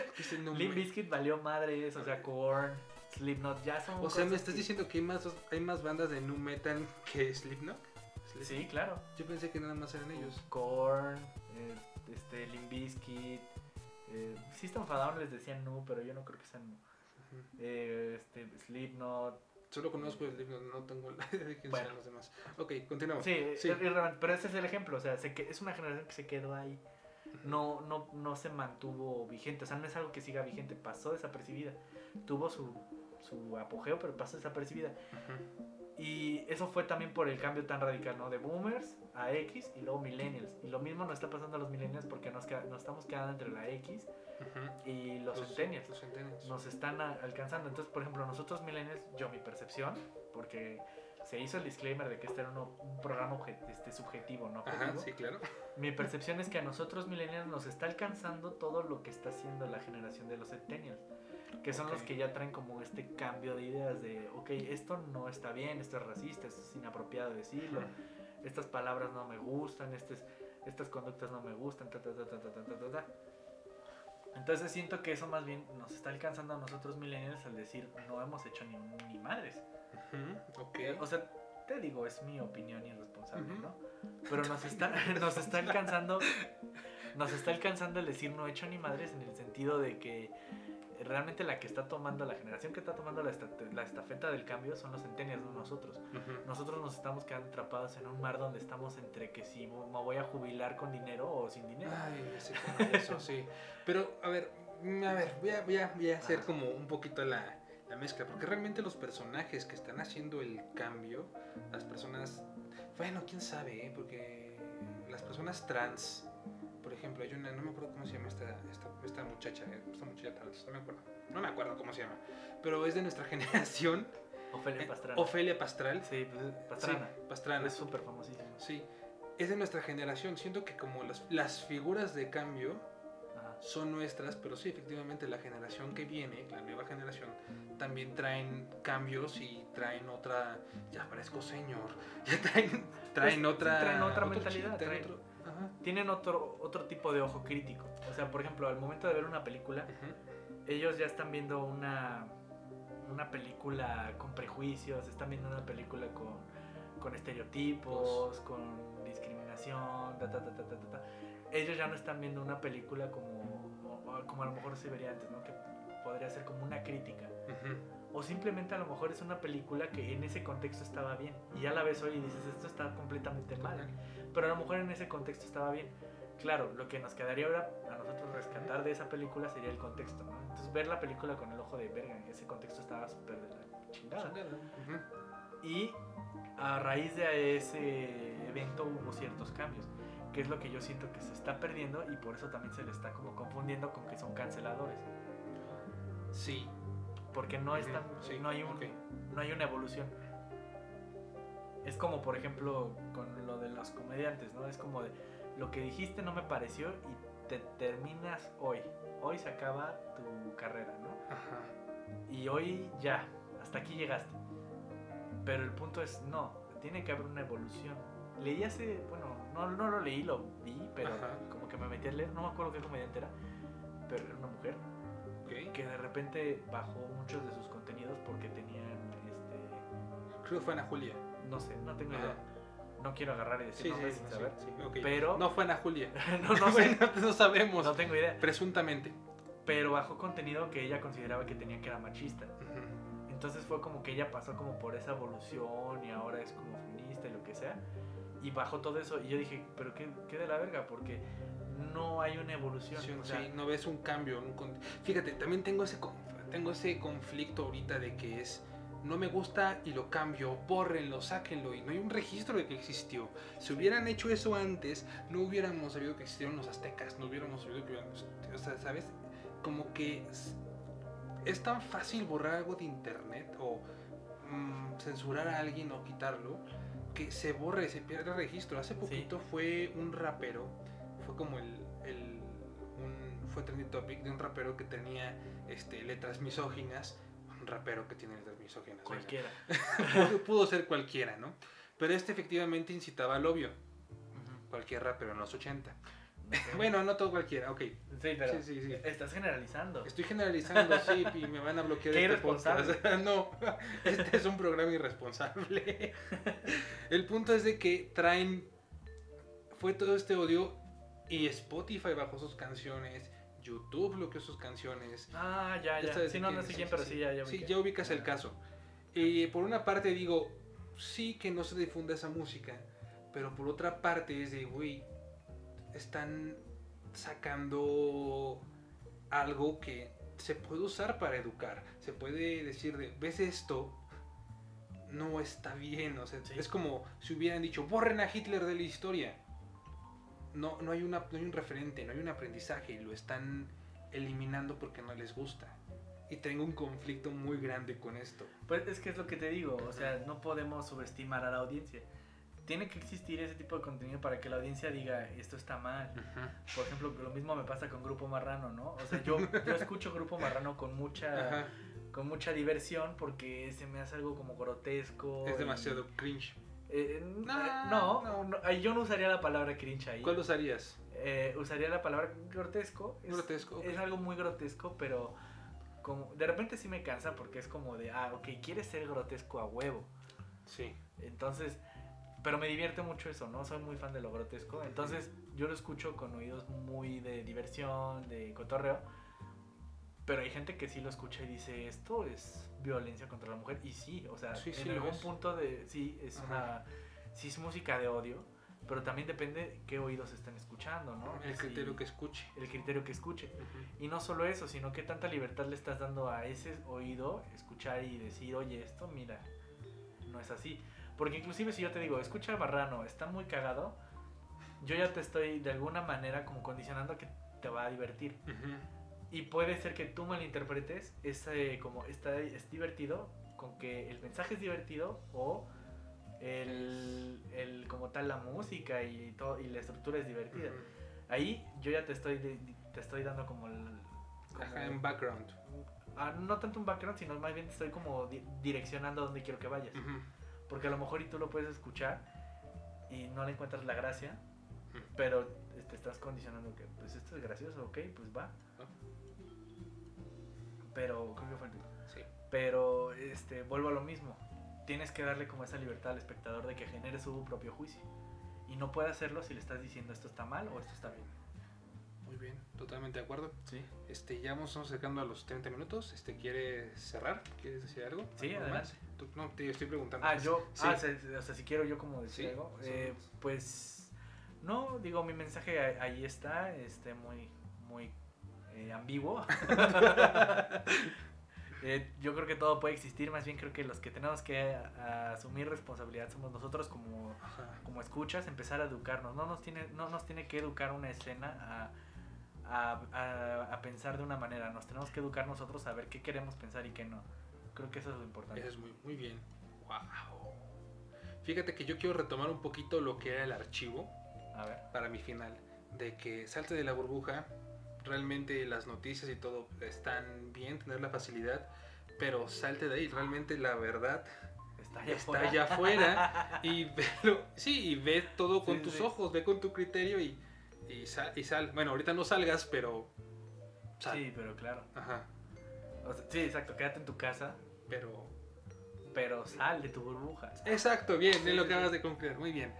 Limp Bizkit valió madres, o sea, Korn, Slipknot, ya son O sea, ¿me estás que... diciendo que hay más, hay más bandas de nu metal que Slipknot? Sí, claro. Yo pensé que nada más eran ellos. Korn, eh, este, Limp Bizkit, eh, System of a Down les decían nu, pero yo no creo que sean nu. Uh-huh. eh, este, Slipknot. Solo conozco el Slipknot, no tengo la idea de quién bueno. sean los demás. Ok, continuamos. Sí, sí. Es, es, pero ese es el ejemplo, o sea, se que, es una generación que se quedó ahí. Uh-huh. No, no, no se mantuvo vigente, o sea, no es algo que siga vigente, pasó desapercibida. Tuvo su, su apogeo, pero pasó desapercibida. Uh-huh. Y eso fue también por el cambio tan radical, ¿no? De boomers a X y luego millennials. Y lo mismo nos está pasando a los millennials porque nos, queda, nos estamos quedando entre la X uh-huh. y los, los, centennials. los centennials. Nos están a, alcanzando. Entonces, por ejemplo, nosotros millennials, yo mi percepción, porque se hizo el disclaimer de que este era uno, un programa objet, este, subjetivo, ¿no? Ajá, sí, claro. Mi percepción es que a nosotros millennials nos está alcanzando todo lo que está haciendo la generación de los centennials. Que son okay. los que ya traen como este cambio de ideas de, ok, esto no está bien, esto es racista, esto es inapropiado decirlo, uh-huh. estas palabras no me gustan, estas, estas conductas no me gustan, ta, ta, ta, ta, ta, ta, ta, ta. Entonces siento que eso más bien nos está alcanzando a nosotros millennials al decir, no hemos hecho ni, ni madres. Uh-huh. Okay. O sea, te digo, es mi opinión irresponsable, uh-huh. ¿no? Pero nos está, nos está alcanzando, nos está alcanzando el decir no he hecho ni madres en el sentido de que realmente la que está tomando, la generación que está tomando la, estaf- la estafeta del cambio son los centennials, no nosotros. Uh-huh. Nosotros nos estamos quedando atrapados en un mar donde estamos entre que si me voy a jubilar con dinero o sin dinero. Ay, sí, eso sí. Pero, a ver, a ver, voy a, voy a, voy a hacer como un poquito la, la mezcla, porque realmente los personajes que están haciendo el cambio, las personas, bueno, quién sabe, ¿eh? Porque las personas trans... Por ejemplo, hay una, no me acuerdo cómo se llama esta, esta, esta muchacha, esta muchacha trans, no me acuerdo, no me acuerdo cómo se llama, pero es de nuestra generación. Ofelia Pastrana. Eh, Ofelia Pastral. Sí, pues, Pastrana. Sí, Pastrana. Es súper famosísima. Sí, es de nuestra generación. Siento que como las, las figuras de cambio Ajá. son nuestras, pero sí, efectivamente la generación que viene, la nueva generación, también traen cambios y traen otra, ya parezco señor, ya traen, traen pues, otra, traen otra mentalidad, traen traen otro, Ajá. tienen otro, otro tipo de ojo crítico. O sea, por ejemplo, al momento de ver una película, uh-huh. ellos ya están viendo una, una película con prejuicios, están viendo una película con, con estereotipos, pues. con discriminación, ta, ta, ta, ta, ta, ta. Ellos ya no están viendo una película como, como a lo mejor se vería antes, ¿no? Que podría ser como una crítica. Uh-huh. O simplemente a lo mejor es una película que en ese contexto estaba bien. Y ya la ves hoy y dices, esto está completamente mal. Pero a lo mejor en ese contexto estaba bien. Claro, lo que nos quedaría ahora a nosotros rescatar de esa película sería el contexto, ¿no? Entonces ver la película con el ojo de verga, en ese contexto estaba súper de la chingada. Uh-huh. Y a raíz de ese evento hubo ciertos cambios, que es lo que yo siento que se está perdiendo y por eso también se le está como confundiendo con que son canceladores. Sí. Porque no, están, uh-huh. sí. no, hay un, okay. no hay una evolución. Es como, por ejemplo, con lo de los comediantes, ¿no? Es como de, lo que dijiste no me pareció y te terminas hoy. Hoy se acaba tu carrera, ¿no? Ajá. Y hoy ya, hasta aquí llegaste. Pero el punto es, no, tiene que haber una evolución. Leí hace, bueno, no, no lo leí, lo vi, pero Ajá. como que me metí a leer, no me acuerdo qué comediante era, pero era una mujer okay. que de repente bajó muchos de sus contenidos porque tenían, este... Creo que fue Ana Julia. No sé, no tengo Ajá. idea. No quiero agarrar y decir sí, nombres sí, sin sí, saber, sí, okay. pero... No fue Ana Julia. no, no sé. No sabemos. No tengo idea. Presuntamente. Pero bajó contenido que ella consideraba que tenía que era machista. Uh-huh. Entonces fue como que ella pasó como por esa evolución y ahora es como feminista y lo que sea. Y bajó todo eso y yo dije, pero qué, qué de la verga, porque no hay una evolución. Sí, o sea, sí, no ves un cambio. Un con... Fíjate, también tengo ese, tengo ese conflicto ahorita de que es... No me gusta y lo cambio, bórrenlo, sáquenlo. Y no hay un registro de que existió. Si hubieran hecho eso antes, no hubiéramos sabido que existieron los aztecas. No hubiéramos sabido que hubieran... O sea, ¿sabes? Como que es tan fácil borrar algo de internet o mmm, censurar a alguien o quitarlo que se borre, se pierde el registro. Hace poquito sí. fue un rapero, fue como el, el un, fue trending topic de un rapero que tenía este, letras misóginas. Un rapero que tiene letras misóginas. Cualquiera. pudo, pudo ser cualquiera, ¿no? Pero este efectivamente incitaba al obvio. Uh-huh. Cualquier rapero en los ochenta. Okay. Bueno, no todo cualquiera, ok. Sí, pero sí, sí, sí. Estás generalizando. Estoy generalizando, sí, y me van a bloquear. Qué este irresponsable. Podcast. No, este es un programa irresponsable. El punto es de que traen, fue todo este odio y Spotify bajó sus canciones, YouTube bloqueó sus canciones. Ah, ya, ya. ya. Sí, no, no sé quién, pero sí, ya, ya Sí, ya ubicas el caso. Y por una parte digo, sí que no se difunda esa música, pero por otra parte es de, güey, están sacando algo que se puede usar para educar. Se puede decir de, ¿ves esto? No está bien. O sea, sí. Es como si hubieran dicho, borren a Hitler de la historia. No, no, hay una, no hay un referente, no hay un aprendizaje. Y lo están eliminando porque no les gusta. Y tengo un conflicto muy grande con esto. Pues es que es lo que te digo. O sea, no podemos subestimar a la audiencia. Tiene que existir ese tipo de contenido para que la audiencia diga, esto está mal. Uh-huh. Por ejemplo, lo mismo me pasa con Grupo Marrano, ¿no? O sea, yo, yo escucho Grupo Marrano con mucha, uh-huh. con mucha diversión porque se me hace algo como grotesco. Es demasiado y, cringe. Eh, no, no, no, no, yo no usaría la palabra cringe ahí. ¿Cuál usarías? Eh, usaría la palabra grotesco. Es, grotesco. Okay. Es algo muy grotesco, pero como de repente sí me cansa porque es como de, ah, ok, quieres ser grotesco a huevo. Sí. Entonces... Pero me divierte mucho eso, ¿no? Soy muy fan de lo grotesco. Entonces yo lo escucho con oídos muy de diversión, de cotorreo. Pero hay gente que sí lo escucha y dice, esto es violencia contra la mujer. Y sí, o sea, sí, en sí, algún es. punto de... Sí, es Ajá. una... Sí es música de odio. Pero también depende qué oídos estén escuchando, ¿no? El criterio sí, que escuche. El criterio que escuche. Uh-huh. Y no solo eso, sino qué tanta libertad le estás dando a ese oído escuchar y decir, oye, esto, mira, no es así. Porque inclusive si yo te digo, escucha Marrano, está muy cagado, yo ya te estoy de alguna manera como condicionando a que te va a divertir. Uh-huh. Y puede ser que tú malinterpretes ese, como está, es divertido, con que el mensaje es divertido o el, el como tal la música y, todo, y la estructura es divertida. Uh-huh. Ahí yo ya te estoy, te estoy dando como el... Como, Ajá, en background. Ah, no tanto un background, sino más bien te estoy como di- direccionando a donde quiero que vayas. Uh-huh. Porque a lo mejor y tú lo puedes escuchar y no le encuentras la gracia, uh-huh. pero te estás condicionando que, pues esto es gracioso, ok, pues va. ¿No? Pero, creo que fue el tuyo. Sí. Pero, este, vuelvo a lo mismo. Tienes que darle como esa libertad al espectador de que genere su propio juicio. Y no puede hacerlo si le estás diciendo esto está mal o esto está bien. Muy bien, totalmente. totalmente de acuerdo. Sí. Este, ya vamos acercando a los treinta minutos. Este, ¿quieres cerrar? ¿Quieres decir algo? Sí, ¿Algo adelante. más? Tú, no, te estoy preguntando. Ah, yo, sí. ah, o sea, o sea, si quiero yo como decir sí, algo, eh, pues, no, digo, mi mensaje ahí está, este, muy, muy eh, ambiguo. eh, yo creo que todo puede existir, más bien creo que los que tenemos que a, a asumir responsabilidad somos nosotros como, como escuchas, empezar a educarnos. No nos tiene, no nos tiene que educar una escena a... A, a, a pensar de una manera, nos tenemos que educar nosotros a ver qué queremos pensar y qué no. Creo que eso es lo importante. Eso es muy, muy bien. Wow. Fíjate que yo quiero retomar un poquito lo que era el archivo. A ver. Para mi final. De que salte de la burbuja. Realmente las noticias y todo están bien, tener la facilidad. Pero salte de ahí. Realmente la verdad está allá está afuera. allá afuera. Y velo, sí, y ve todo con sí, tus sí. ojos, ve con tu criterio y, y, sal, y sal. Bueno, ahorita no salgas, pero sal. Sí, pero claro. Ajá. O sea, sí, exacto, quédate en tu casa. Pero... Pero sal de tu burbuja. Exacto, bien, sí, es lo que sí. acabas de concluir, muy bien.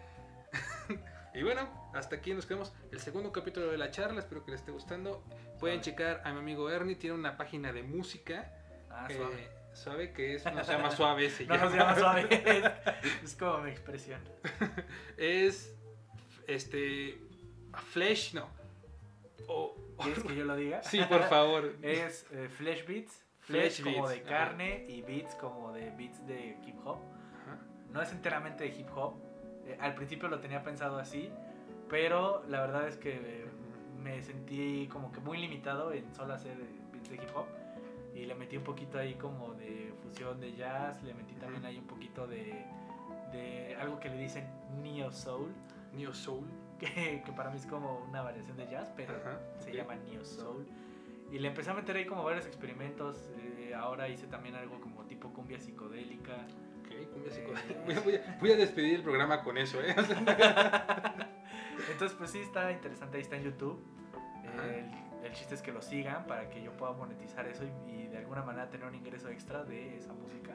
Y bueno, hasta aquí nos quedamos. El segundo capítulo de la charla, espero que les esté gustando. Pueden suave. checar a mi amigo Ernie, tiene una página de música. Ah, suave. Eh, suave, que es, no se llama suave, se no, llama. No se llama suave, es, es como mi expresión. Es, este, Flesh, no. O, ¿Quieres que yo lo diga? Sí, por favor. Es eh, Flesh Beats. Flesh, flesh como beats. de carne uh-huh. y beats como de beats de hip hop. Uh-huh. No es enteramente de hip hop. Eh, al principio lo tenía pensado así, pero la verdad es que me sentí como que muy limitado en solo hacer beats de hip hop. Y le metí un poquito ahí como de fusión de jazz, le metí también ahí un poquito de, de algo que le dicen Neo Soul. Neo Soul. Que, que para mí es como una variación de jazz, pero uh-huh. se okay. llama Neo Soul. Y le empecé a meter ahí como varios experimentos. Eh, ahora hice también algo como tipo cumbia psicodélica. Ok, cumbia psicodélica. Eh, voy, a, voy a despedir el programa con eso, ¿eh? Entonces, pues sí, está interesante. Ahí está en YouTube. Eh, el, el chiste es que lo sigan para que yo pueda monetizar eso y, y de alguna manera tener un ingreso extra de esa música.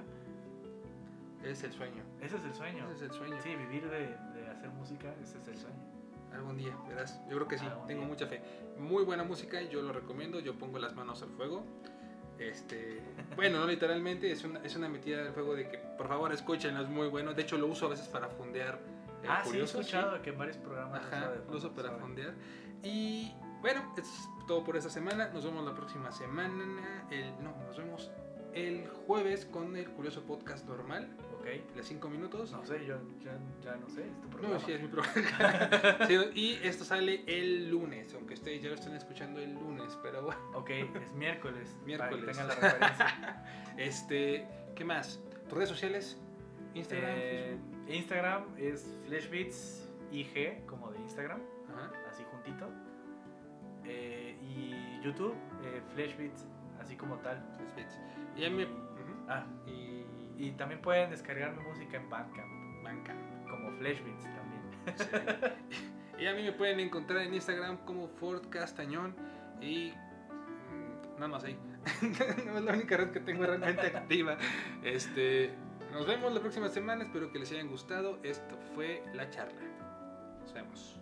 Es el sueño. Ese es el sueño. Ese es el sueño. Sí, vivir de, de hacer música, ese es el sueño. Algún día, verás. Yo creo que sí, Algún tengo día. mucha fe. Muy buena música, yo lo recomiendo. Yo pongo las manos al fuego. Este, bueno, no literalmente, es una, es una metida al fuego de que por favor escúchenlo, es muy bueno. De hecho, lo uso a veces para fondear. Eh, ah, curioso, sí, he escuchado sí. que en varios programas Ajá, lo, lo uso para ¿sabes? fondear. Y bueno, es todo por esta semana. Nos vemos la próxima semana. El, no, nos vemos el jueves con el Curioso Podcast normal. Ok. De cinco minutos. No sé, yo ya, ya no sé, es tu programa. No, sí, es mi programa. Sí, y esto sale el lunes, aunque ustedes ya lo están escuchando el lunes, pero bueno. Ok, es miércoles. Miércoles. Para que tengan la referencia. Este, ¿qué más? ¿Tus redes sociales? Instagram, eh, Instagram es Fleshbeats I G, como de Instagram. Ajá. Así juntito. Eh, y YouTube, eh, Fleshbeats, así como tal. Fleshbeats. Y a mí... Uh-huh. Ah, y... Y también pueden descargar mi música en Bandcamp. Bandcamp. Como Fleshbeats también. Sí. Y a mí me pueden encontrar en Instagram como Ford Castañón. Y mmm, nada más ahí. No es la única red que tengo realmente activa. Este, nos vemos la próxima semana. Espero que les hayan gustado. Esto fue La Charla. Nos vemos.